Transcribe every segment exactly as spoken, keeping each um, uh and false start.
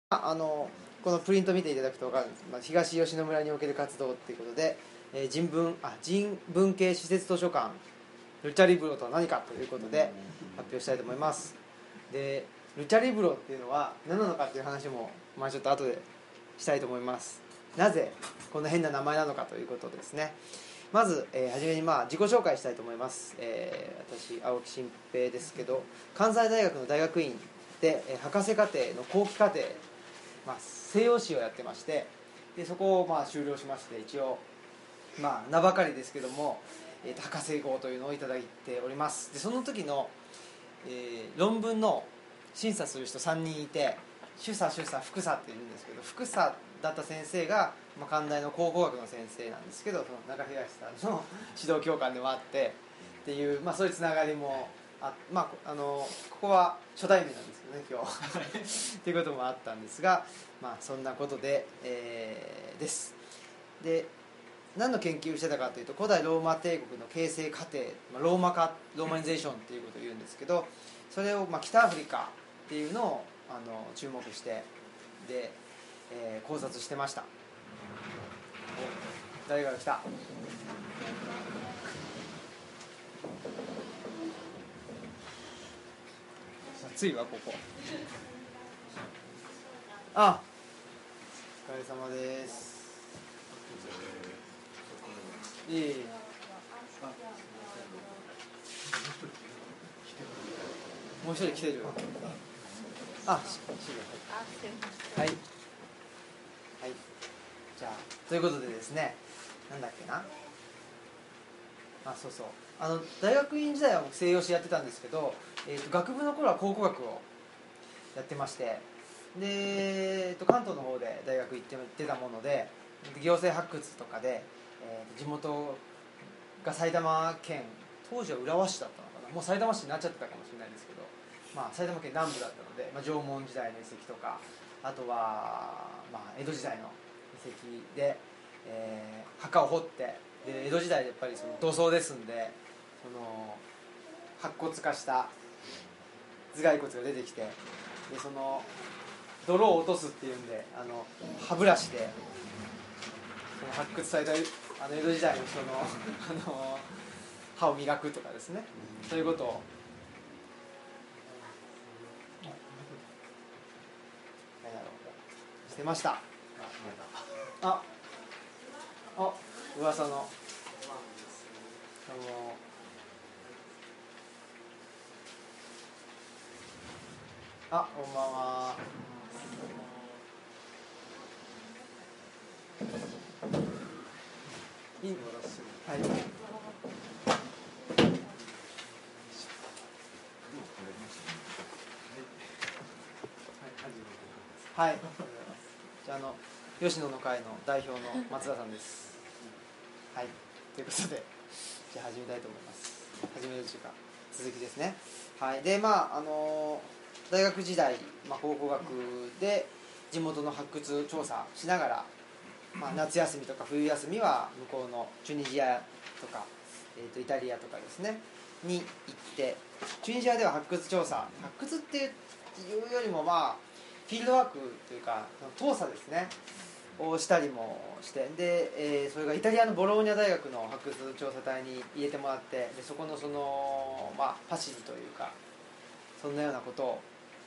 あのこのプリント見ていただくと分かるんです、まあ、東吉野村における活動ということで、えー、人文あ人文系施設図書館ルチャリブロとは何かということで発表したいと思います。でルチャリブロっていうのは何なのかっていう話も、まあ、ちょっと後でしたいと思います。なぜこんな変な名前なのかということですね。まず、えー、初めにまあ自己紹介したいと思います。えー、私青木新平ですけど、関西大学の大学院で、えー、博士課程の後期課程、まあ、西洋史をやってまして、でそこをまあ修了しまして、一応まあ名ばかりですけども、えー、と博士号というのをいただいております。でその時の、えー、論文の審査する人さんにんいて、主査主査副査っていうんですけど、副査だった先生が、まあ、関大の考古学の先生なんですけど、その中東さんの指導教官でもあってっていう、まあ、そういうつながりもあ、まあ、あのここは初対面なんですけどね今日ということもあったんですが、まあ、そんなことで、えー、ですで何の研究をしてたかというと、古代ローマ帝国の形成過程、ローマ化ローマニゼーションっていうことを言うんですけど、それをまあ北アフリカっていうのをあの注目してで、えー、考察してました。誰が来た？暑いわここ。あ、お疲れ様です。いえいえ。もう一人来てる。あ、資料はい。はい。はい。じゃあということでですね、なんだっけな。あ、そうそう。あの大学院時代は僕西洋史やってたんですけど、えー、と学部の頃は考古学をやってまして、で、えー、と関東の方で大学行って行ってたもので、行政発掘とかで、えー、地元が埼玉県、当時は浦和市だったのかな、もう埼玉市になっちゃってたかもしれないですけど、まあ、埼玉県南部だったので、まあ、縄文時代の遺跡とか、あとは、まあ、江戸時代の遺跡で、えー、墓を掘って、で江戸時代やっぱりその土葬ですんで、その白骨化した頭蓋骨が出てきて、でその泥を落とすっていうんで、あの歯ブラシでその発掘されたあの江戸時代の人のあの歯を磨くとかですね、そういうことをしてました。ああ、噂のあのあ、こんばんは。いいはい。はい。じゃあ、あの吉野の会の代表の松田さんです。はい。ということで、じゃあ始めたいと思います。始めるというか続きですね。はい。で、まああの大学時代、まあ、考古学で地元の発掘調査しながら、まあ、夏休みとか冬休みは向こうのチュニジアとか、えー、とイタリアとかですねに行って、チュニジアでは発掘調査、発掘っていうよりもまあフィールドワークというか調査ですねをしたりもして、で、えー、それがイタリアのボローニャ大学の発掘調査隊に入れてもらって、でそこのその、まあ、パシリというかそんなようなことを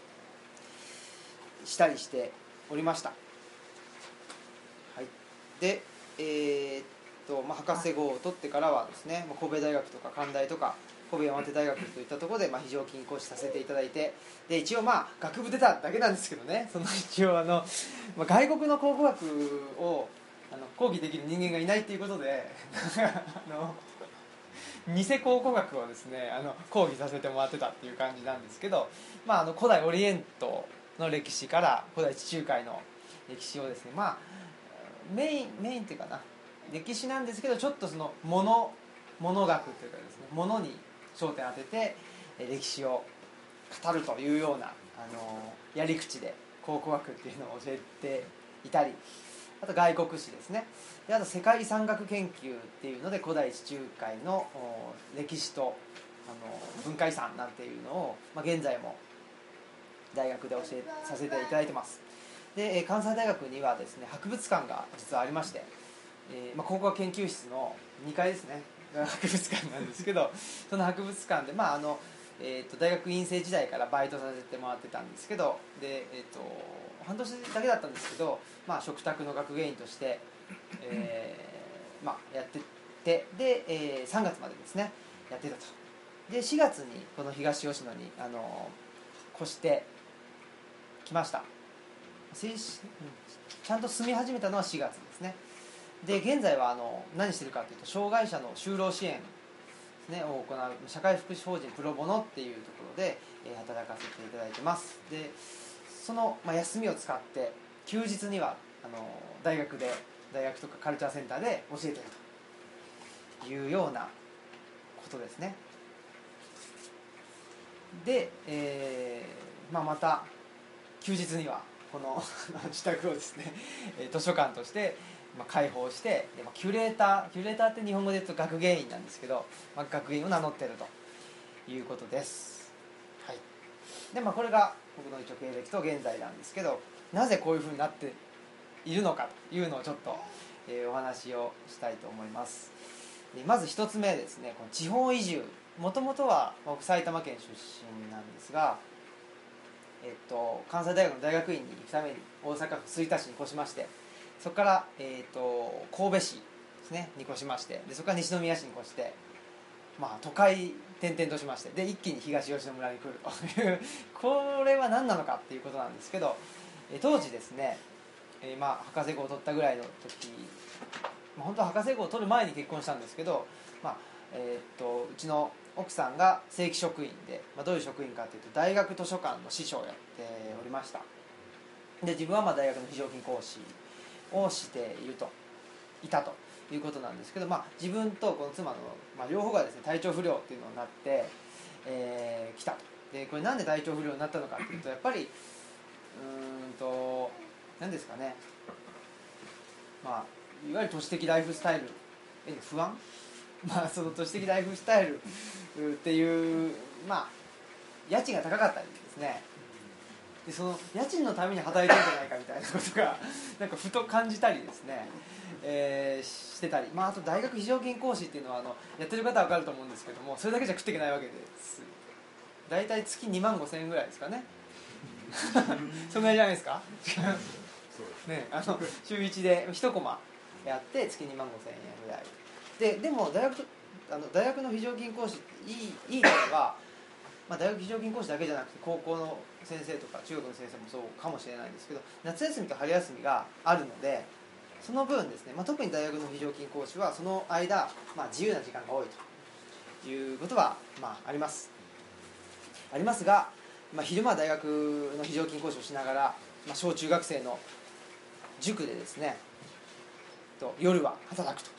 したりしておりました。はい。で、えーっとまあ、博士号を取ってからはですね、神戸大学とか関大とか神戸山手大学といったところで、まあ、非常勤講師させていただいて、で一応まあ学部出ただけなんですけどね、その一応あの、まあ、外国の考古学をあの講義できる人間がいないっていうことであの偽考古学をですねあの講義させてもらってたっていう感じなんですけど、まあ、あの古代オリエントの歴史から古代地中海の歴史をですね、まあメインメインっていうかな、歴史なんですけど、ちょっとその物物学というかですね、物に焦点を当てて歴史を語るというようなあのやり口で考古学っていうのを教えていたり、あと外国史ですね、であと世界遺産学研究っていうので古代地中海の歴史とあの文化遺産なんていうのを、まあ、現在も大学で教えさせていただいてます。 で、えー関西大学にはですね博物館が実はありまして、えーまあ、ここは研究室のにかいですねが博物館なんですけどその博物館で、まああのえー、と大学院生時代からバイトさせてもらってたんですけどで、えー、と半年だけだったんですけど、まあ、食卓の学芸員として、えーまあ、やっててで、えー、さんがつまでですねやってたと。でしがつにこの東吉野にあの越してきました。正式ちゃんと住み始めたのはしがつですね。で現在はあの何してるかというと障害者の就労支援、ね、を行う社会福祉法人プロボノっていうところで、えー働かせていただいてます。でその、まあ、休みを使って休日にはあの大学で大学とかカルチャーセンターで教えてるというようなことですね。で、えーまあ、また休日にはこの自宅をですね図書館としてまあ開放してで、まあ、キュレーターキュレーターって日本語で言うと学芸員なんですけど、まあ、学芸員を名乗っているということです、はい。でまあ、これが僕の一応経歴と現在なんですけど、なぜこういうふうになっているのかというのをちょっと、えーお話をしたいと思います。でまず一つ目ですね、この地方移住。もともとは僕埼玉県出身なんですが、えっと、関西大学の大学院に行くために大阪府吹田市に越しまして、そこから、えっと、神戸市ですねに越しまして、でそこから西宮市に越して、まあ、都会転々としまして、で一気に東吉野村に来るというこれは何なのかっていうことなんですけど、え当時ですね、えーまあ、博士号を取ったぐらいの時、まあ、本当は博士号を取る前に結婚したんですけど、まあえーっとうちの奥さんが正規職員で、まあ、どういう職員かというと大学図書館の司書をやっておりました。で自分はまあ大学の非常勤講師をしているといたということなんですけど、まあ、自分とこの妻の、まあ、両方がですね体調不良っていうのになって、えー、来たと。でこれなんで体調不良になったのかっていうと、やっぱりうーんと何ですかね、まあ、いわゆる都市的ライフスタイルへの不安まあその都市的ライフスタイルっていうまあ家賃が高かったりですね、でその家賃のために働いてるんじゃないかみたいなことがなんかふと感じたりですね、えー、してたり、まあ、あと大学非常勤講師っていうのはあのやってる方は分かると思うんですけども、それだけじゃ食っていけないわけです。大体月にまんごせんえんぐらいですかねそんぐらいじゃないですかね、あの週いちでいちコマやって月にまんごせんえんぐらいで、でも大学とあの大学の非常勤講師いいいい点は、まあ、大学非常勤講師だけじゃなくて高校の先生とか中学の先生もそうかもしれないんですけど、夏休みと春休みがあるので、その分ですね、まあ、特に大学の非常勤講師はその間、まあ、自由な時間が多いということは、まあ、ありますありますが、まあ、昼間は大学の非常勤講師をしながら、まあ、小中学生の塾でですねと夜は働くと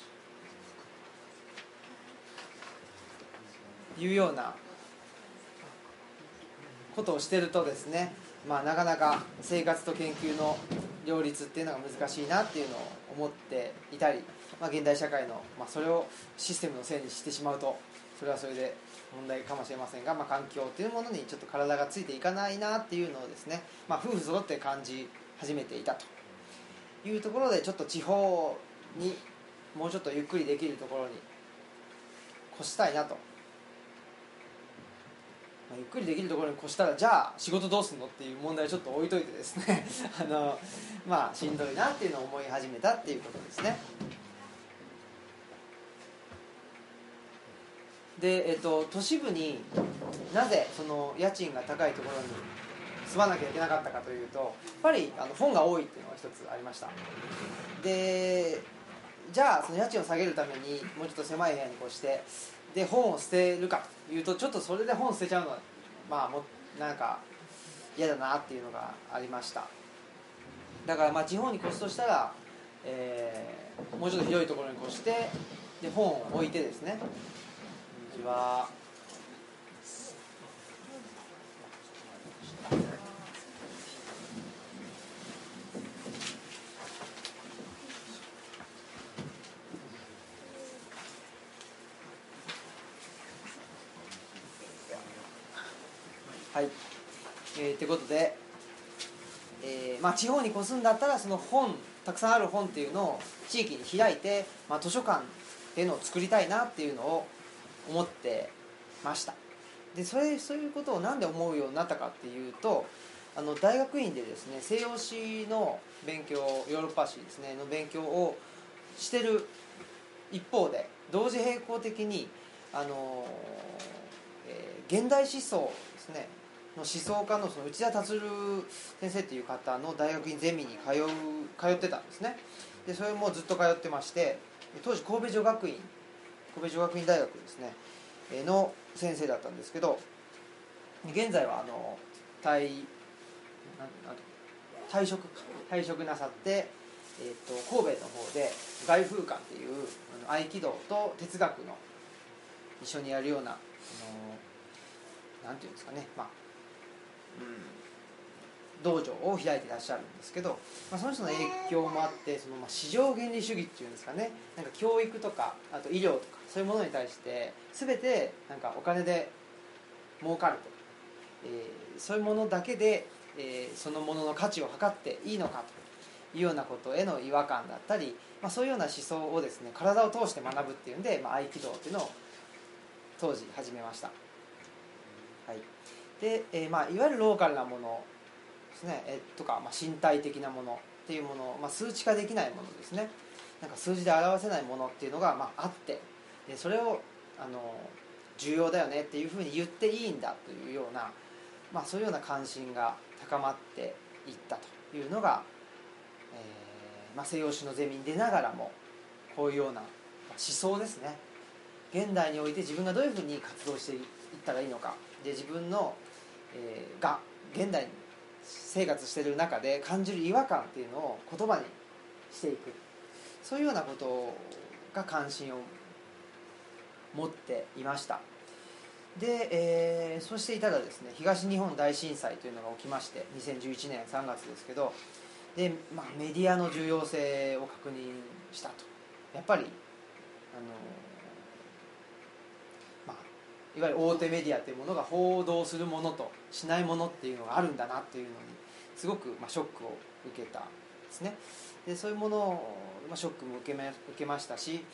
いうようなことをしてるとですね、まあ、なかなか生活と研究の両立っていうのが難しいなっていうのを思っていたり、まあ、現代社会の、まあ、それをシステムのせいにしてしまうとそれはそれで問題かもしれませんが、まあ、環境というものにちょっと体がついていかないなっていうのをですね、まあ、夫婦揃って感じ始めていたというところで、ちょっと地方にもうちょっとゆっくりできるところに越したいなと、まあ、ゆっくりできるところに越したらじゃあ仕事どうすんのっていう問題をちょっと置いといてですねあのまあしんどいなっていうのを思い始めたっていうことですね。で、えっと、都市部になぜその家賃が高いところに住まなきゃいけなかったかというと、やっぱりあの本が多いっていうのが一つありました。でじゃあその家賃を下げるためにもうちょっと狭い部屋に越してで本を捨てるかというと、ちょっとそれで本を捨てちゃうのはまあもなんか嫌だなっていうのがありました。だからまあ地方に越すとしたら、えーもうちょっと広いところに越してで本を置いてですね、こんにちは、はい、えー、ということで、えーまあ、地方に越すんだったらその本たくさんある本っていうのを地域に開いて、まあ、図書館っていうのを作りたいなっていうのを思ってました。でそれそういうことをなんで思うようになったかっていうと、あの大学院でですね西洋史の勉強、ヨーロッパ史ですねの勉強をしてる一方で同時並行的にあの、えー、現代思想ですねの思想家のその内田達先生っていう方の大学院ゼミに通う通ってたんですね。でそれもずっと通ってまして、当時神戸女学院神戸女学院大学ですねの先生だったんですけど、現在はあの退退職退職なさって、えー、と神戸の方で外風館っていうあの合気道と哲学の一緒にやるような、あのなんていうんですかね、まあうん、道場を開いていらっしゃるんですけど、まあ、その人の影響もあってその、まあ、市場原理主義っていうんですかね、なんか教育とかあと医療とかそういうものに対して全てなんかお金で儲かると、えー、そういうものだけで、えー、そのものの価値を測っていいのかというようなことへの違和感だったり、まあ、そういうような思想をですね体を通して学ぶっていうんで、まあ、合気道っていうのを当時始めました。はいでえーまあ、いわゆるローカルなものですね、えー、とか、まあ、身体的なものっていうもの、まあ、数値化できないものですね、なんか数字で表せないものっていうのが、まあ、あって、でそれをあの重要だよねっていうふうに言っていいんだというような、まあ、そういうような関心が高まっていったというのが、えーまあ、西洋史のゼミに出ながらもこういうような思想ですね、現代において自分がどういうふうに活動していったらいいのかで、自分の、えー、が現代に生活している中で感じる違和感っていうのを言葉にしていく、そういうようなことが関心を持っていました。で、えー、そうしていたらですね東日本大震災というのが起きまして、にせんじゅういちねんさんがつですけど、で、まあ、メディアの重要性を確認したと、やっぱりあの、まあ、いわゆる大手メディアというものが報道するものとしないものっていうのがあるんだなっていうのにすごく、まあ、ショックを受けたんですね。でそういうものを、まあ、ショックも受けま、受けましたし、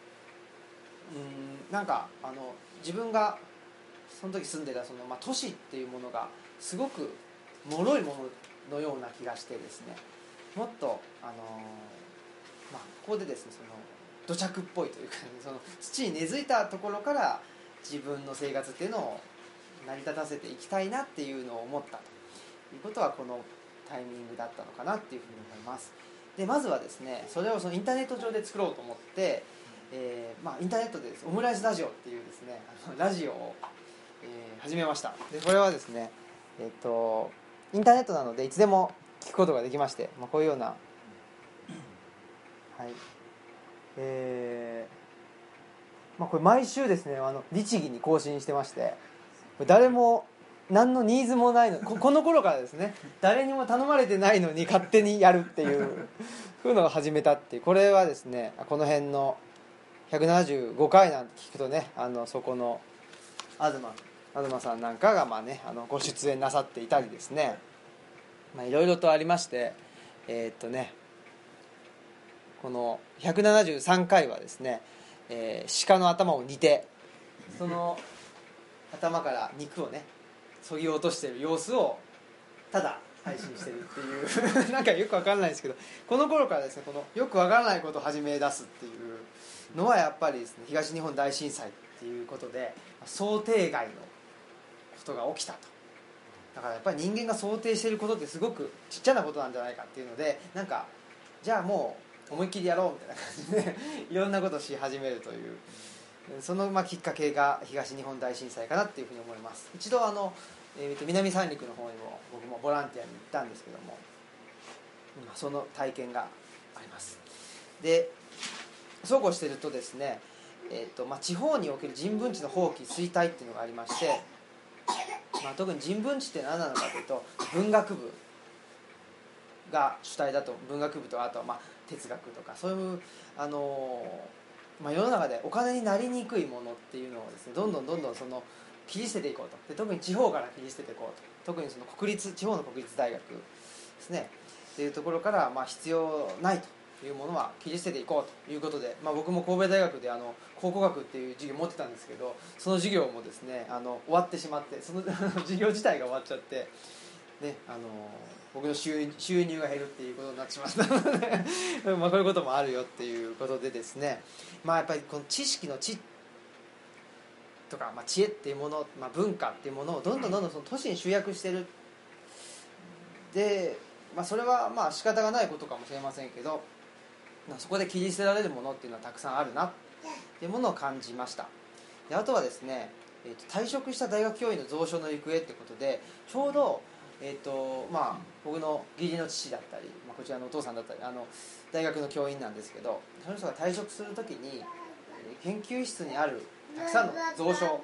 うんなんかあの自分がその時住んでたその、まあ、都市っていうものがすごく脆いもののような気がしてですね、もっとあの、まあ、ここでですねその土着っぽいというか、ね、その土に根付いたところから自分の生活っていうのを成り立たせていきたいなっていうのを思ったということはこのタイミングだったのかなっていうふうに思います。でまずはですねそれをそのインターネット上で作ろうと思って、えーまあ、インターネットでですオムライスラジオっていうですねあのラジオを、えー、始めました。でこれはですね、えー、とインターネットなのでいつでも聞くことができまして、まあ、こういうような、はいえーまあ、これ毎週ですねあの律儀に更新してまして、誰も何のニーズもないの こ, この頃からですね誰にも頼まれてないのに勝手にやるっていうふうのを始めたっていう、これはですねこの辺のひゃくななじゅうごかいなんて聞くとね、あのそこの東東さんなんかがまあ、ね、あのご出演なさっていたりですね、まあ、いろいろとありまして、えーっとね、このひゃくななじゅうさんかいはですね、えー、鹿の頭を煮てその頭から肉をねそぎ落としている様子をただ配信してるっていうなんかよくわからないですけど、この頃からですねこのよくわからないことを始め出すっていうのはやっぱりですね東日本大震災っていうことで想定外のことが起きたと。だからやっぱり人間が想定していることってすごくちっちゃなことなんじゃないかっていうので、なんかじゃあもう思いっきりやろうみたいな感じでいろんなことをし始めるという、そのまあきっかけが東日本大震災かなっていうふうに思います。一度あの、えー、と南三陸の方にも僕もボランティアに行ったんですけども、その体験があります。でそうこうしているとですね、えーとまあ、地方における人文地の放棄衰退っていうのがありまして、まあ、特に人文地って何なのかというと文学部が主体だと、文学部とあとはまあ哲学とかそういう、あのーまあ、世の中でお金になりにくいものっていうのをですねどんどんどんどんその切り捨てていこうと。で特に地方から切り捨てていこうと。特にその国立地方の国立大学ですねっていうところから、まあ、必要ないというものは切り捨てていこうということで、まあ、僕も神戸大学であの考古学っていう授業を持ってたんですけど、その授業もですねあの終わってしまって、その授業自体が終わっちゃって、ね、あの僕の収収入が減るっていうことになってしまったのでまあこういうこともあるよっていうことでですね、まあ、やっぱりこの知識の知とか、まあ、知恵っていうもの、まあ、文化っていうものをどんどんどんどんその都市に集約してる。で、まあ、それはまあ仕方がないことかもしれませんけど、まあ、そこで切り捨てられるものっていうのはたくさんあるなっていうものを感じました。であとはですね、えー、と退職した大学教員の蔵書の行方ってことで、ちょうど、えーとまあ、僕の義理の父だったり、まあ、こちらのお父さんだったり、あの大学の教員なんですけど、その人が退職するときに研究室にあるたくさんの蔵書、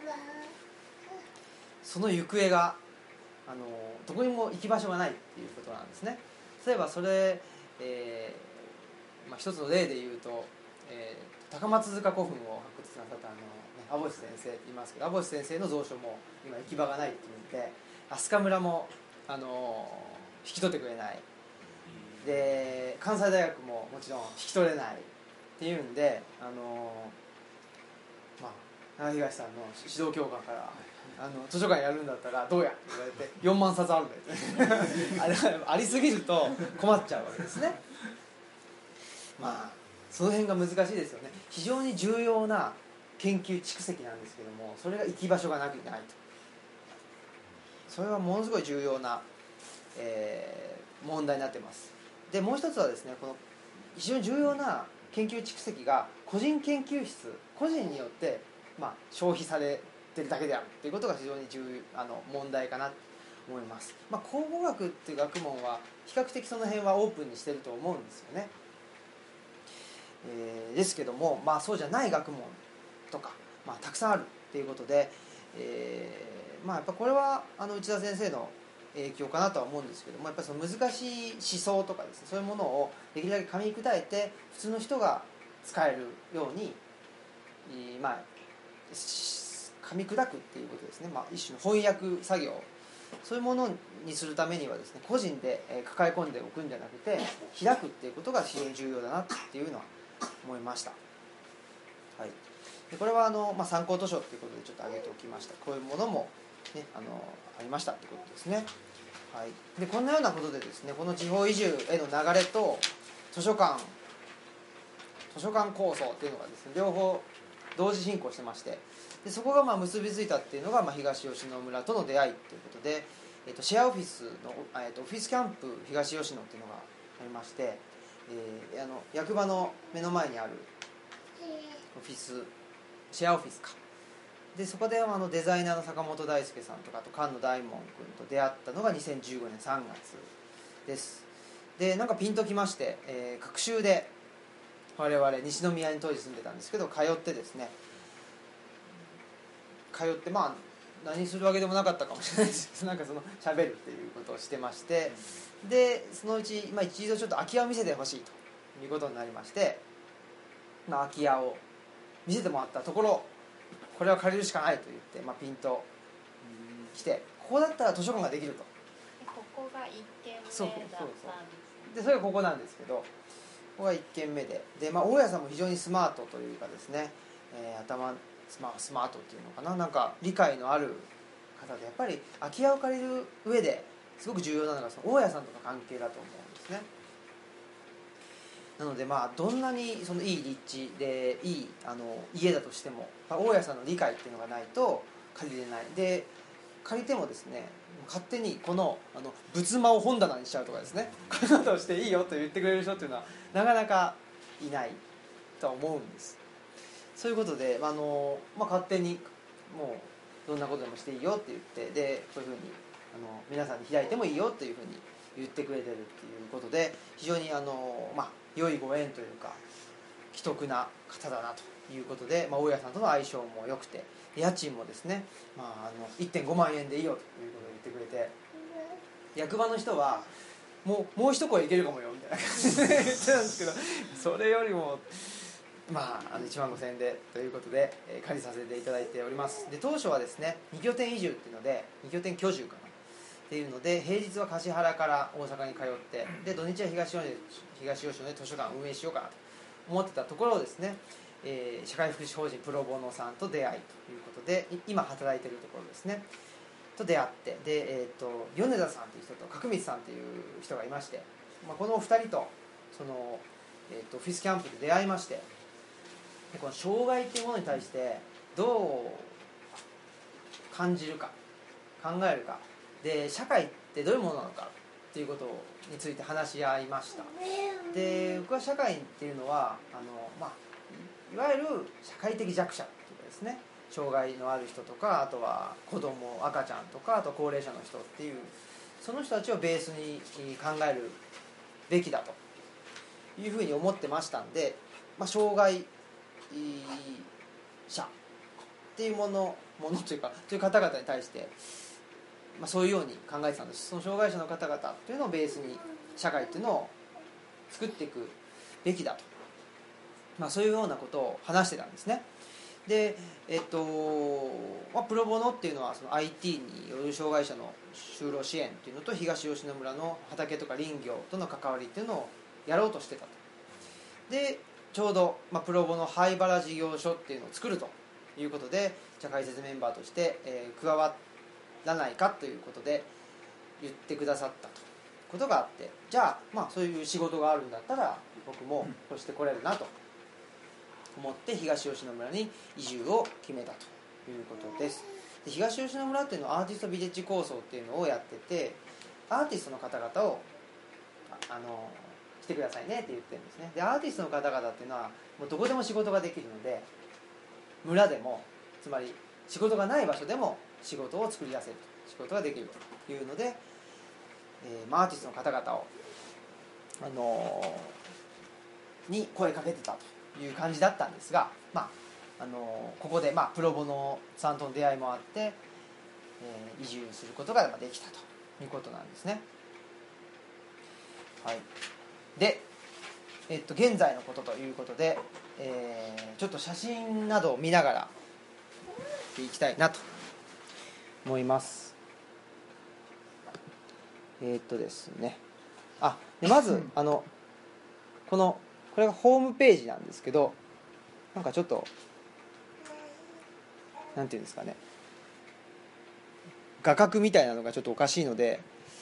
その行方があのどこにも行き場所がないっていうことなんですね。例えばそれ、えーまあ、一つの例で言うと、えー、高松塚古墳を発掘なさったあの、ね、網干先生いますけど、網干先生の蔵書も今行き場がないっていうんで、飛鳥村もあの引き取ってくれない、で関西大学ももちろん引き取れないっていうんで、あのまあ長東さんの指導教官からあの図書館やるんだったらどうやって言われて、よんまんさつあるんだよありすぎると困っちゃうわけですね。まあその辺が難しいですよね。非常に重要な研究蓄積なんですけども、それが行き場所がなくないと、それはものすごい重要な、えー、問題になっています。でもう一つはですね、この非常に重要な研究蓄積が個人研究室、個人によって、まあ、消費されてるだけであるということが非常に重要あの問題かなと思います。まあ、考古学っていう学問は比較的その辺はオープンにしてると思うんですよね。えー、ですけども、まあ、そうじゃない学問とか、まあ、たくさんあるっていうことで、えーまあ、やっぱこれはあの内田先生の影響かなとは思うんですけども、やっぱりその難しい思想とかですね、そういうものをできるだけ噛み砕いて普通の人が使えるように、まあ、噛み砕くっていうことですね、まあ、一種の翻訳作業、そういうものにするためにはですね、個人で抱え込んでおくんじゃなくて開くっていうことが非常に重要だなっていうのは思いました。はい、でこれはあの、まあ、参考図書ということでちょっと挙げておきました。こういうものも、ね、あのありましたということですね。はい、でこんなようなことでですね、この地方移住への流れと図書館図書館構想っていうのがですね、両方同時進行してまして、でそこがまあ結びついたっていうのが、まあ、東吉野村との出会いということで、えー、とシェアオフィスの、えー、とオフィスキャンプ東吉野っていうのがありまして、えー、あの役場の目の前にあるオフィス、シェアオフィスかで、そこであのデザイナーの坂本大輔さんとか、あと菅野大門君と出会ったのがにせんじゅうごねんさんがつです。でなんかピンときまして、えー、隔週で我々西宮に当時住んでたんですけど通ってですね、通ってまあ何するわけでもなかったかもしれないですけど、なんかその喋るっていうことをしてまして、でそのうち、まあ、一度ちょっと空き家を見せてほしいということになりまして、まあ、空き家を見せてもらったところ、これは借りるしかないと言って、まあ、ピンと来て、ここだったら図書館ができると。 ここが一軒目だったんですね。 そうそうそうでそれがここなんですけど、ここがいっけんめで、で、まあ、大家さんも非常にスマートというかですね、えー、頭スマ、スマートっていうのかな、なんか理解のある方で、やっぱり空き家を借りる上ですごく重要なのがその大家さんとの関係だと思うんですね。なのでまあどんなにそのいい立地でいいあの家だとしても、大家さんの理解っていうのがないと借りれない。で借りてもですね、勝手にこのあの仏間を本棚にしちゃうとかですね、こういうことをしていいよと言ってくれる人っていうのはなかなかいないとは思うんです。そういうことで、あの、まあ、勝手にもうどんなことでもしていいよって言って、でこういうふうにあの皆さんに開いてもいいよっていうふうに言ってくれてるっていうことで、非常にあの、まあ、良いご縁というか奇特な方だなということで、まあ、大家さんとの相性も良くて、家賃もですね、まあ、あの いってんごまんえんでいいよということを言ってくれて、役場の人はもうもう一声いけるかもよみたいな感じで言ってたんですけど、それよりもまあ、あのいちまんごせんえんでということで、えー、借りさせていただいております。で当初はですね、に拠点移住っていうのでに拠点居住かなっていうので、平日は橿原から大阪に通って、で土日は東吉野で東吉野で図書館を運営しようかなと思ってたところをですね、えー、社会福祉法人プロボノさんと出会いということで、今働いているところですねと出会って、で、えー、と米田さんという人と角光さんという人がいまして、まあ、このお二人とその、えー、とオフィスキャンプで出会いまして、でこの障害というものに対してどう感じるか考えるかで、社会ってどういうものなのかっていうことについて話し合いました。で僕は社会っていうのはあの、まあ、いわゆる社会的弱者っていうかですね、障害のある人とか、あとは子供赤ちゃんとか、あと高齢者の人っていう、その人たちをベースに考えるべきだというふうに思ってましたんで、まあ、障害者っていうものものというかという方々に対して、まあ、そういうように考えてたんです。その障害者の方々というのをベースに社会っていうのを作っていくべきだと、まあ、そういうようなことを話してたんですね。で、えっとまあ、プロボノっていうのはその アイティー による障害者の就労支援っていうのと、東吉野村の畑とか林業との関わりっていうのをやろうとしてたと。でちょうど、まあ、プロボノ灰原事業所っていうのを作るということで、じゃあ解説メンバーとして、えー、加わらないかということで言ってくださったとことがあって、じゃあ、まあ、そういう仕事があるんだったら僕もこしてこれるなと思って東吉野村に移住を決めたということです。で東吉野村っていうのはアーティストビレッジ構想っていうのをやってて、アーティストの方々をああの来てくださいねって言ってるんですね。でアーティストの方々っていうのはもうどこでも仕事ができるので、村でもつまり仕事がない場所でも仕事を作り出せる仕事ができるというので、えーまあ、アーティストの方々を、あのー、に声かけてたという感じだったんですが、まああのー、ここで、まあ、プロボノさんとの出会いもあって、えー、移住することができたということなんですね。はい、で、えっと、現在のことということで、えー、ちょっと写真などを見ながらいきたいなと思います。えー、っとですねあでまずあのこのこれがホームページなんですけど、なんかちょっとなんていうんですかね、画角みたいなのがちょっとおかしいので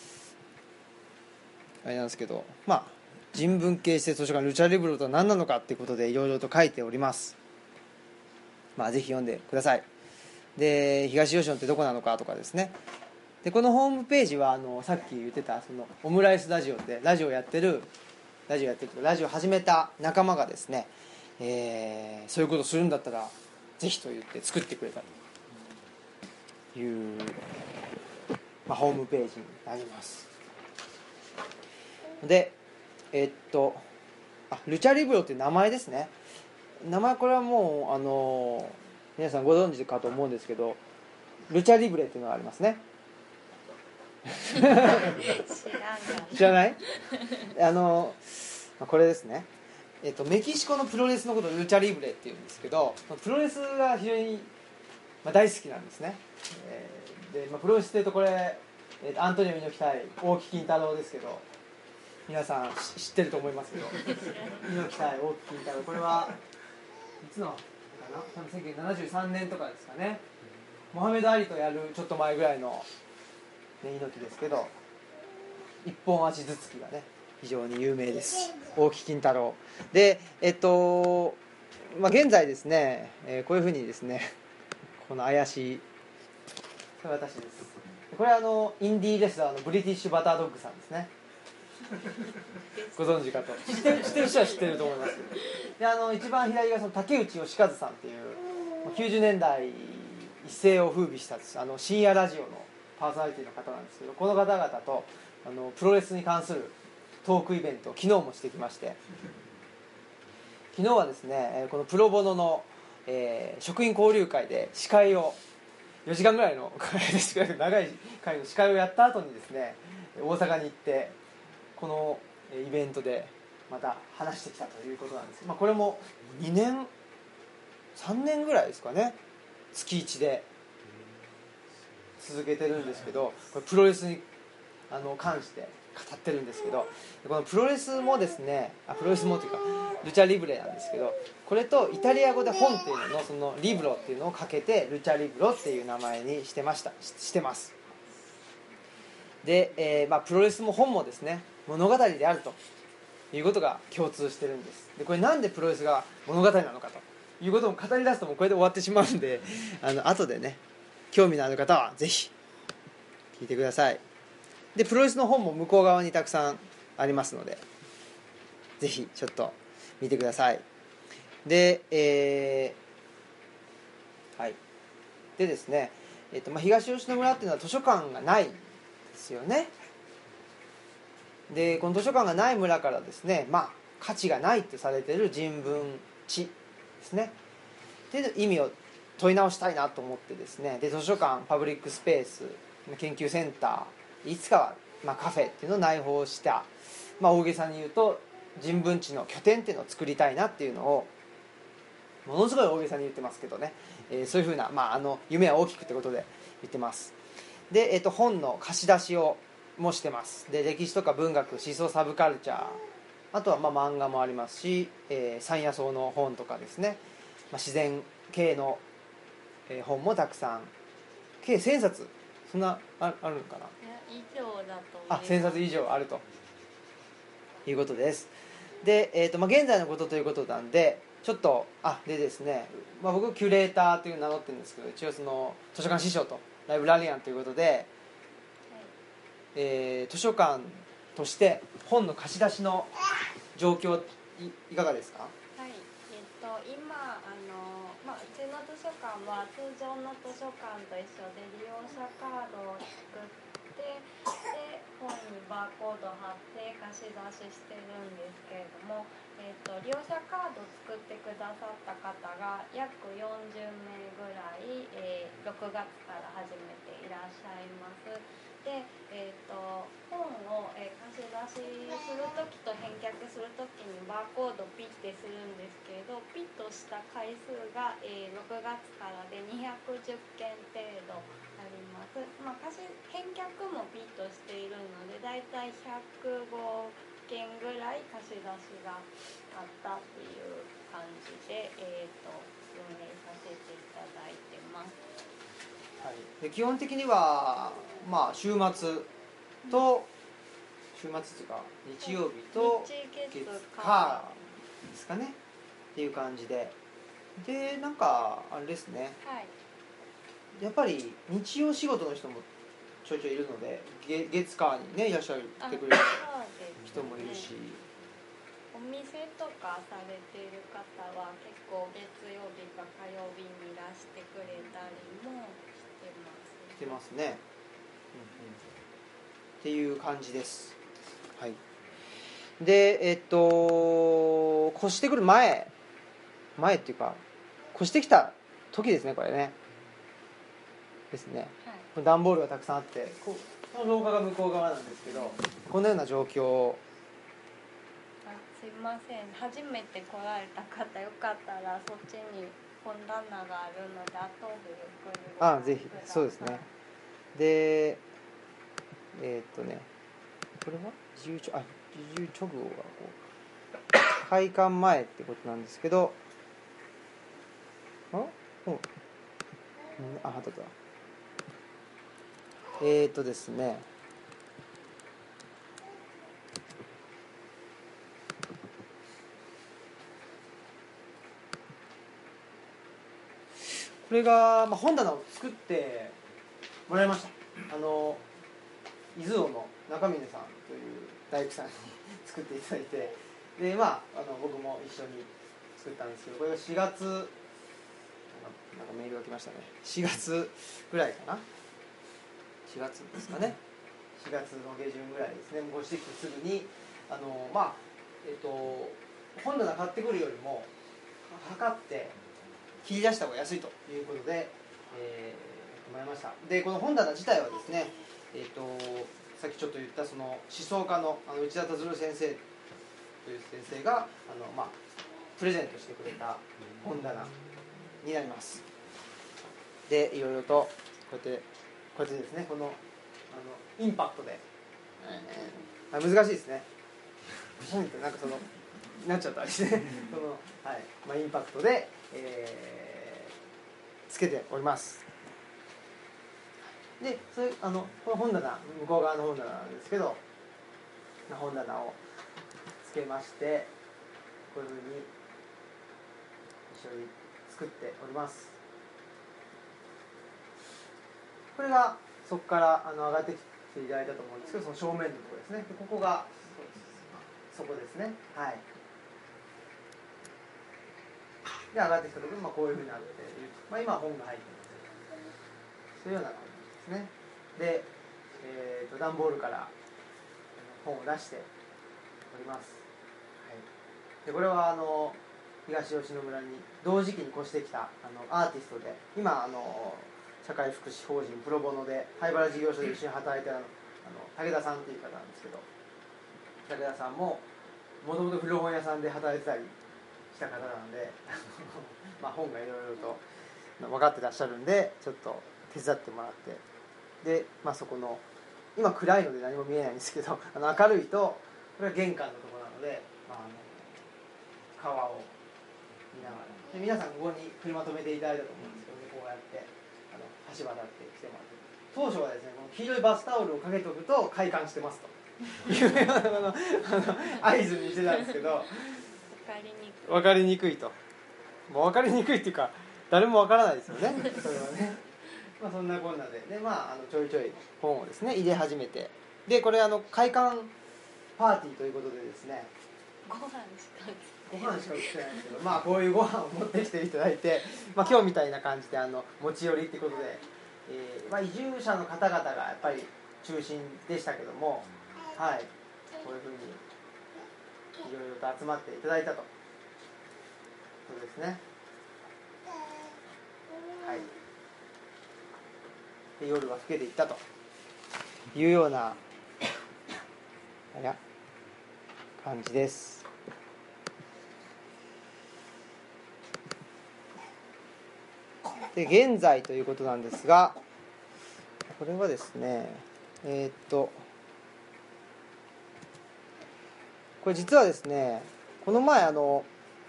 あれなんですけど、まあ人文系施設図書館ルチャリブロとは何なのかっていうことでいろいろと書いております。まあぜひ読んでください。で東吉野ってどこなのかとかですね。でこのホームページはあのさっき言ってたそのオムライスラジオでラジオやってるラジオやってるラジオ始めた仲間がですね、えー、そういうことをするんだったらぜひと言って作ってくれたという、まあ、ホームページになります。でえー、っとあルチャリブロっていう名前ですね。名前これはもうあの皆さんご存知かと思うんですけど、ルチャリブレっていうのがありますね。 知らんが知らないあのこれですね、えっと、メキシコのプロレスのことをルチャリブレっていうんですけど、プロレスが非常に、まあ、大好きなんですね。えーでまあ、プロレスっていうとこれ、えー、アントニオ猪木対大木金太郎ですけど、皆さん知ってると思いますけど猪木対大木金太郎、これはいつのかな、多分せんきゅうひゃくななじゅうさんねんとかですかね。モハメド・アリとやるちょっと前ぐらいの、ね、猪木ですけど、一本足頭突きがね非常に有名です。大木金太郎で、えっとまあ、現在ですね、えー、こういうふうにですね、この怪しい、これ私です。これはあのインディーレスラーのブリティッシュバタードッグさんですね。ご存知かと、知ってる、知ってる人は知ってると思います。であの一番左がその竹内義和さんっていうきゅうじゅうねんだい一世を風靡したあの深夜ラジオのパーソナリティの方なんですけど、この方々とあのプロレスに関するトークイベントを昨日もしてきまして、昨日はですねこのプロボノの、えー、職員交流会で司会をよじかんぐらいの長い会の司会をやった後にですね、大阪に行ってこのイベントでまた話してきたということなんです。まあ、これもにねんさんねんぐらいですかね、月いちで続けてるんですけど、これプロレスにあの関して語ってるんですけど、このプロレスもですね、あプロレスもというかルチャリブレなんですけど、これとイタリア語で本っていうののそのリブロっていうのをかけてルチャリブロっていう名前にしてましたししてます。で、えーまあ、プロレスも本もですね物語であるということが共通してるんです。でこれなんでプロレスが物語なのかということも語り出すともうこれで終わってしまうんで、あの後でね興味のある方はぜひ聞いてください。でプロレスの本も向こう側にたくさんありますのでぜひちょっと見てください。で、えー、はいでですね、えっとまあ、東吉野村っていうのは図書館がないんですよね。でこの図書館がない村からですね、まあ、価値がないとされている人文地ですねっていう意味を問い直したいなと思ってですね、で図書館、パブリックスペース、研究センター、いつかは、まあ、カフェっていうのを内包した、まあ、大げさに言うと人文地の拠点っていうのを作りたいなっていうのをものすごい大げさに言ってますけどね、えー、そういうふうな、まあ、あの夢は大きくってことで言ってます。で、えー、と本の貸し出しをもしてます。で歴史とか文学、思想、サブカルチャー、あとはまあ漫画もありますし、えー、山野草の本とかですね、まあ、自然系の本もたくさん、計せんさつそんな あ, あるのかな。 以上だと思います。 あ、せんさつ以上あるということです。で、えーとまあ、現在のことということなんでちょっとあでですね、まあ、僕キュレーターという名乗ってるんですけど、一応その図書館師匠とライブラリアンということで、はい、えー、図書館として本の貸し出しの状況 い, いかがですか。 はい、えっと今あの、まあ、うちの図書館は通常の図書館と一緒で利用者カードを作ってで本にバーコード貼って貸し出ししてるんですけれども、えっと利用者カードを作ってくださった方が約よんじゅうめいぐらい、えー、ろくがつから始めていらっしゃいます。で、えー、と本を、えー、貸し出しするときと返却するときにバーコードをピッてするんですけれど、ピッとした回数が、えー、ろくがつからでにひゃくじゅっけん程度あります。まあ、貸し返却もピッとしているのでだいたいひゃくごけんぐらい貸し出しがあったっていう感じで、えー、と運営させていただいてます。 はい、で基本的には、まあ、週末と週末というか日曜日と日月火ですかねっていう感じで、でなんかあれですね、 はい、 やっぱり日曜仕事の人もちょいちょいいるので月月火にねいらっしゃってくれる人もいるし、 お店とかされている方は結構月曜日か火曜日にいらしてくれたりもしてます。 してますね、うんうん、っていう感じです。はい。でえっと越してくる前前っていうか越してきた時ですね、これねですね、はい、段ボールがたくさんあってこの廊下が向こう側なんですけど、このような状況。 すいません、初めて来られた方よかったらそっちに本棚があるので後でゆっくりご覧ください。 あ、ぜひそうですね。でえー、っとねこれは自由あ自由直後がこう開館前ってことなんですけど、あうんあはただえー、っとですねこれが、まあ、本棚を作ってもらいました。あの伊豆王の中峰さんという大工さんに作っていただいて、で、まあ、あの僕も一緒に作ったんですけど、これがしがつなんかメールが来ましたね。しがつぐらいかな、しがつですかね、しがつの下旬ぐらいですね。ご指摘すぐにあのまあえっと本棚買ってくるよりも測って切り出した方が安いということで、えー、もらいました。でこの本棚自体はですね、えー、とさっきちょっと言ったその思想家 の, あの内田達郎先生という先生があの、まあ、プレゼントしてくれた本棚になります。でいろいろとこうやってこうやってですね、このあのインパクトでえー、難しいですね。本ってなんかそのなっちゃったりしてその、はいまあ、インパクトで、えー、つけております。でそれあのこの本棚向こう側の本棚なんですけど、本棚をつけましてこういうふうに一緒に作っております。これがそこからあの上がってきていただいたと思うんですけど、その正面のところですね。でここがそこですね。はい。で上がってきたところに、まあ、こういうふうになっている、まあ、今本が入っていますそういうような感じですね。で、えー、と段ボールから本を出しております。はい、でこれはあの東吉野村に同時期に越してきたあのアーティストで、今あの社会福祉法人プロボノで灰原事業所で一緒に働いているあの武田さんという方なんですけど、武田さんももともと古本屋さんで働いてたりした方なのでまあ本がいろいろと分かってらっしゃるんで、ちょっと手伝ってもらって、で、まあ、そこの今暗いので何も見えないんですけど、あの明るいとこれは玄関のところなので、まあ、あの川を見ながらで皆さんここに車止めていただいたと思うんですけど、ね、こうやってあの橋渡ってきてもらって、当初はですねこの黄色いバスタオルをかけておくと快感してますというようなの合図にしてたんですけど分かりにくいと、もう分かりにくいっていうか誰も分からないですよねそれはねまあそんなこんなで、で、まあ、あのちょいちょい本をですね入れ始めて、でこれあの開館パーティーということでですね、 ご飯しかご飯しか売ってないんですけど、まあこういうご飯を持ってきていただいて、まあ、今日みたいな感じであの持ち寄りっていうことで、えーまあ、移住者の方々がやっぱり中心でしたけども、はい、こういうふうにいろいろと集まっていただいたとそうですね。はい、で夜は更けていったというような感じです。で現在ということなんですが、これはですねえー、っとこれ実はですねこの前あの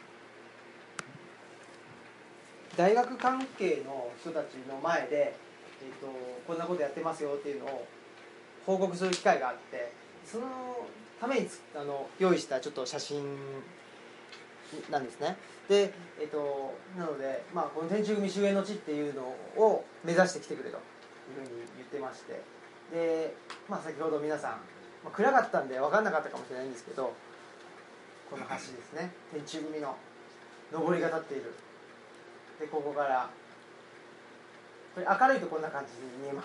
大学関係の人たちの前で、えー、っとこんなことやってますよっていうのを報告する機会があって、そのためにあの用意したちょっと写真なんですね。で、えっと、なので、まあ、この天中組終焉の地っていうのを目指してきてくれというふうに言ってまして、で、まあ、先ほど皆さん、まあ、暗かったんで分かんなかったかもしれないんですけど、この橋ですね、天中組の上りが立っている。でここからこれ明るいとこんな感じに見えます。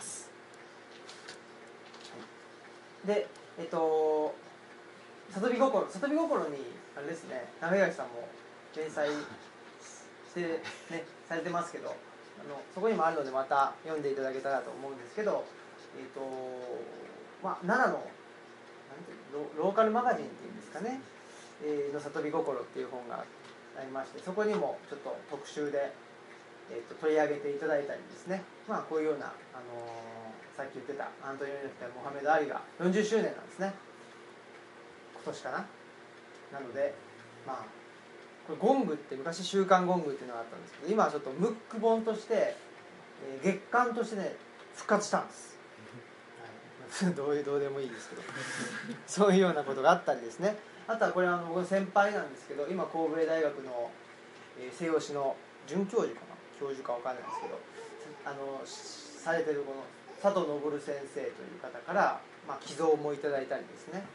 で、えっと里見心里見心にあれですね、長東さんも連載して、ね、されてますけど、あのそこにもあるのでまた読んでいただけたらと思うんですけど、えっとまあ、奈良のなんていうロ、ローカルマガジンっていうんですかね、えー、の里見心っていう本がありまして、そこにもちょっと特集で、えー、と取り上げていただいたりですね、まあ、こういうような、あのー、さっき言ってたアントニオ猪木対モハメド・アリがよんじゅっしゅうねんなんですね、今年かな。なので、まあ、これゴングって昔週刊ゴングっていうのがあったんですけど、今はちょっとムック本として、えー、月刊としてね復活したんです、はい、どういうどうでもいいですけどそういうようなことがあったりですね。あとはこれは僕の先輩なんですけど、今神戸大学の、えー、西洋史の准教授かな教授か分かんないですけど、あのされてるこの佐藤昇先生という方から、まあ、寄贈もいただいたりですね。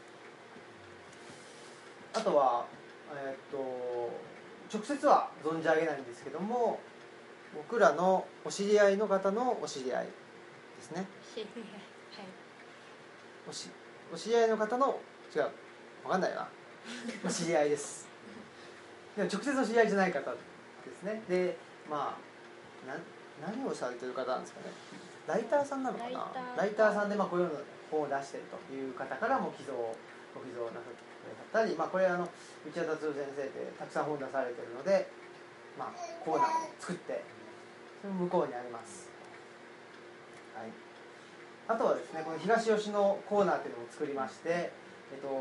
あとは、えー、っと直接は存じ上げないんですけども、僕らのお知り合いの方のお知り合いですね。 知り合い、はい、 おしお知り合いの方の違う分かんないなお知り合いですでも直接の知り合いじゃない方ですね。でまあな何をされてる方なんですかね。ライターさんなのかな。ライターさんで、まあ、こういう本を出してるという方からも寄贈ご寄贈なさったり、まあ、これあの内田達夫先生でたくさん本出されてるので、まあ、コーナーを作ってそれも向こうにあります。はい、 あとはですね、この東吉野コーナーっていうのを作りまして、えっと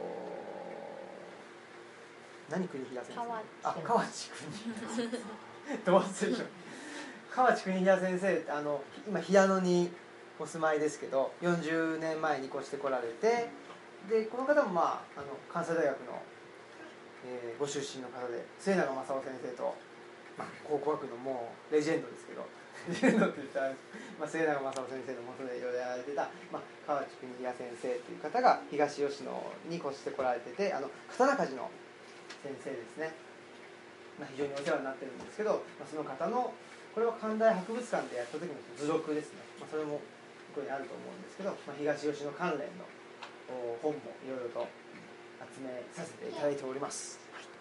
何国平先生？あ、河内国どう忘れちゃう。河内国平先生ってあの今平野にお住まいですけど、よんじゅうねんまえに越してこられて、でこの方もまああの関西大学の、えー、ご出身の方で、末永正夫先生と、まあ、考古学のもうレジェンドですけど、レジェンドって言ったら、まあ、末永正夫先生のもとでいろいろやられてた、まあ、河内国平先生という方が東吉野に越してこられてて、あの刀鍛冶の先生ですね、まあ、非常にお世話になってるんですけど、まあ、その方のこれは関大博物館でやった時の図録ですね、まあ、それもここにあると思うんですけど、まあ、東吉野関連の本もいろいろと集めさせていただいております。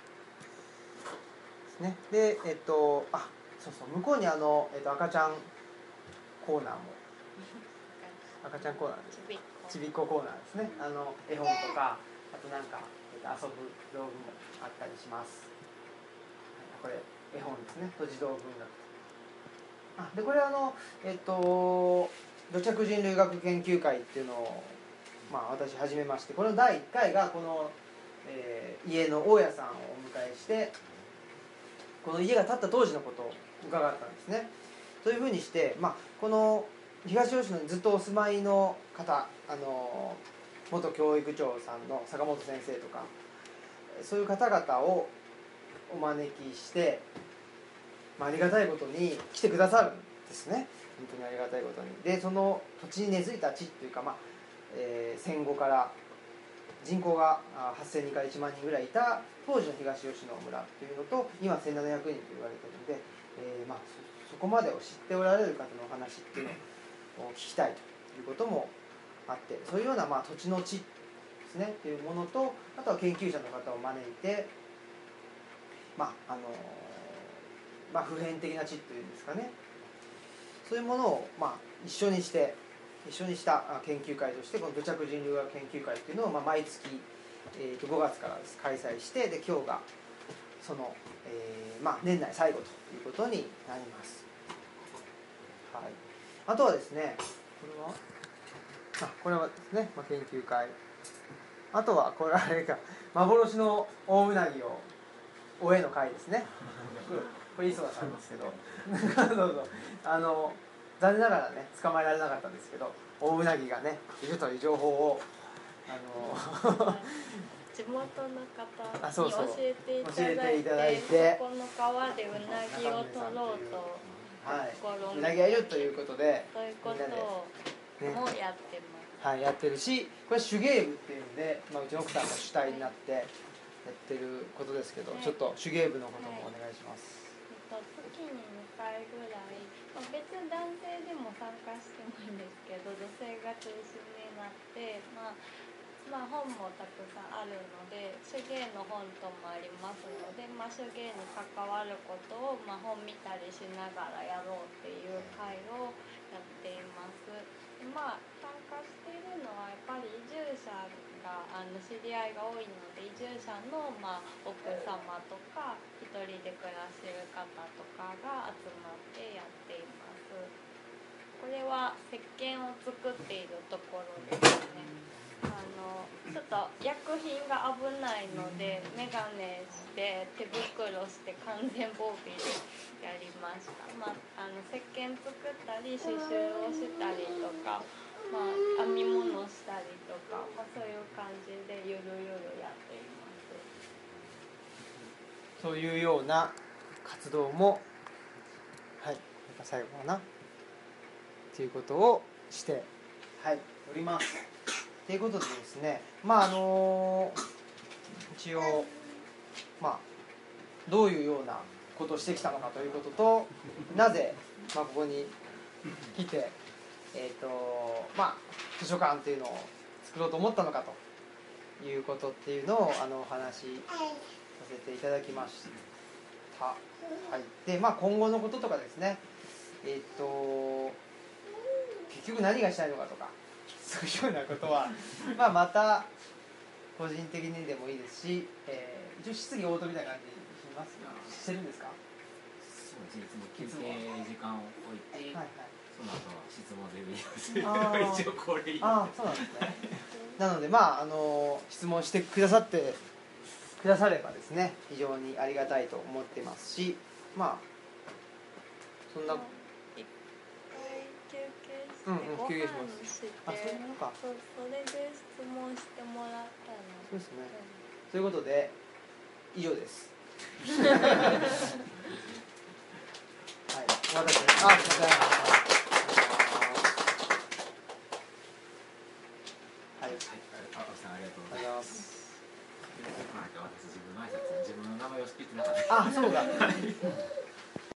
ですね。で、えっと、あ、そうそう、向こうにあの、えっと、赤ちゃんコーナーも赤ちゃんコーナーですね、ちびっこコーナーですね。あの絵本とか、あとなんか、えっと、遊ぶ道具もあったりします。これ絵本ですね、と児童文学。あでこれはあのえっと土着人類学研究会っていうのを、まあ、私始めまして、このだいいっかいがこの、えー、家の大家さんをお迎えして、この家が建った当時のことを伺ったんですね。というふうにして、まあ、この東吉野にずっとお住まいの方、あの元教育長さんの坂本先生とか、そういう方々をお招きして、まあ、ありがたいことに来てくださるんですね。本当にありがたいことに。でその土地に根付いた地っていうか、まあえー、戦後から人口がはっせんにんからいちまんにんぐらいいた当時の東吉野村っていうのと、今せんななひゃくにんと言われているので、えーまあ、そ, そこまでを知っておられる方のお話っていうのを聞きたいということもあって、そういうような、まあ、土地の地ですねっていうものと、あとは研究者の方を招いて、まああのまあ、普遍的な地っていうんですかね、そういうものを、まあ、一緒にして一緒にした研究会として、この土着人類学研究会っていうのを、まあ、毎月、えー、とごがつから開催して、で今日がその、えーまあ、年内最後ということになります。はい、あとはですね、これはあこれはですね、まあ、研究会、あとはこれはあれか、幻の大うなぎをおえの会ですね。これ磯田さんですけどどうぞ。あの残念ながらね捕まえられなかったんですけど、大うなぎがねいるという情報をあの地元の方あそうそうに教えていただいて、 教えていただいて、 そこの川でうなぎを取ろうとはい、うなぎがいるということで、 そういうことをもやってます、 はい、やってるし、これ手芸部っていうんで、まあ、うちの奥さんが主体になってやってることですけど、はい、ちょっと手芸部のこともお願いします。 はい、月ににかいぐらい、まあ、別に男性でも参加してもいいんですけど、女性が中心になって、まあまあ、本もたくさんあるので、手芸の本ともありますので、まあ、手芸に関わることを、まあ、本見たりしながらやろうっていう会をやっています。で、まあ、参加しているのはやっぱり移住者があの知り合いが多いので、移住者の、まあ、奥様とか一人で暮らしている方とかが集まってやっています。これは石鹸を作っているところですね。あのちょっと薬品が危ないので眼鏡して手袋して完全防備でやりました。まあ、あの石鹸作ったり刺繍をしたりとか、まあ、編み物したりとか、まあ、そういう感じでゆるゆるやっています。 そういうような活動も、はい、最後かなということをしてはいおります。ということでですね、まああの一応まあどういうようなことをしてきたのかということと、なぜ、まあ、ここに来て、えーとまあ、図書館っていうのを作ろうと思ったのかということっていうのをあのお話しさせていただきました。はい、でまあ今後のこととかですね、えっ、ー、と結局何がしたいのかとか、そういうようなことはまあまた個人的にでもいいですし、えー、一応質疑応答みたいな感じにしますが、してるんですか？ そうですね、いつも休憩時間を置いて、はいはい、そその後は質問で見ますあー一応これああそうなんですね。なのでまああの質問してくださってくださればですね非常にありがたいと思ってますし、まあそんな一回休憩してうんうんご休憩し飯ますして、 あそういうのかそうそれで質問してもらったの。 そうですね。ということで以上です。はい、お待たせ。あ、すみません。はい、 はい、あ、青木さんありがとうごありざいま。 がとうございますす。 なんか私自分の挨拶自分の名前を聞いてなかった。 あ、そうだ。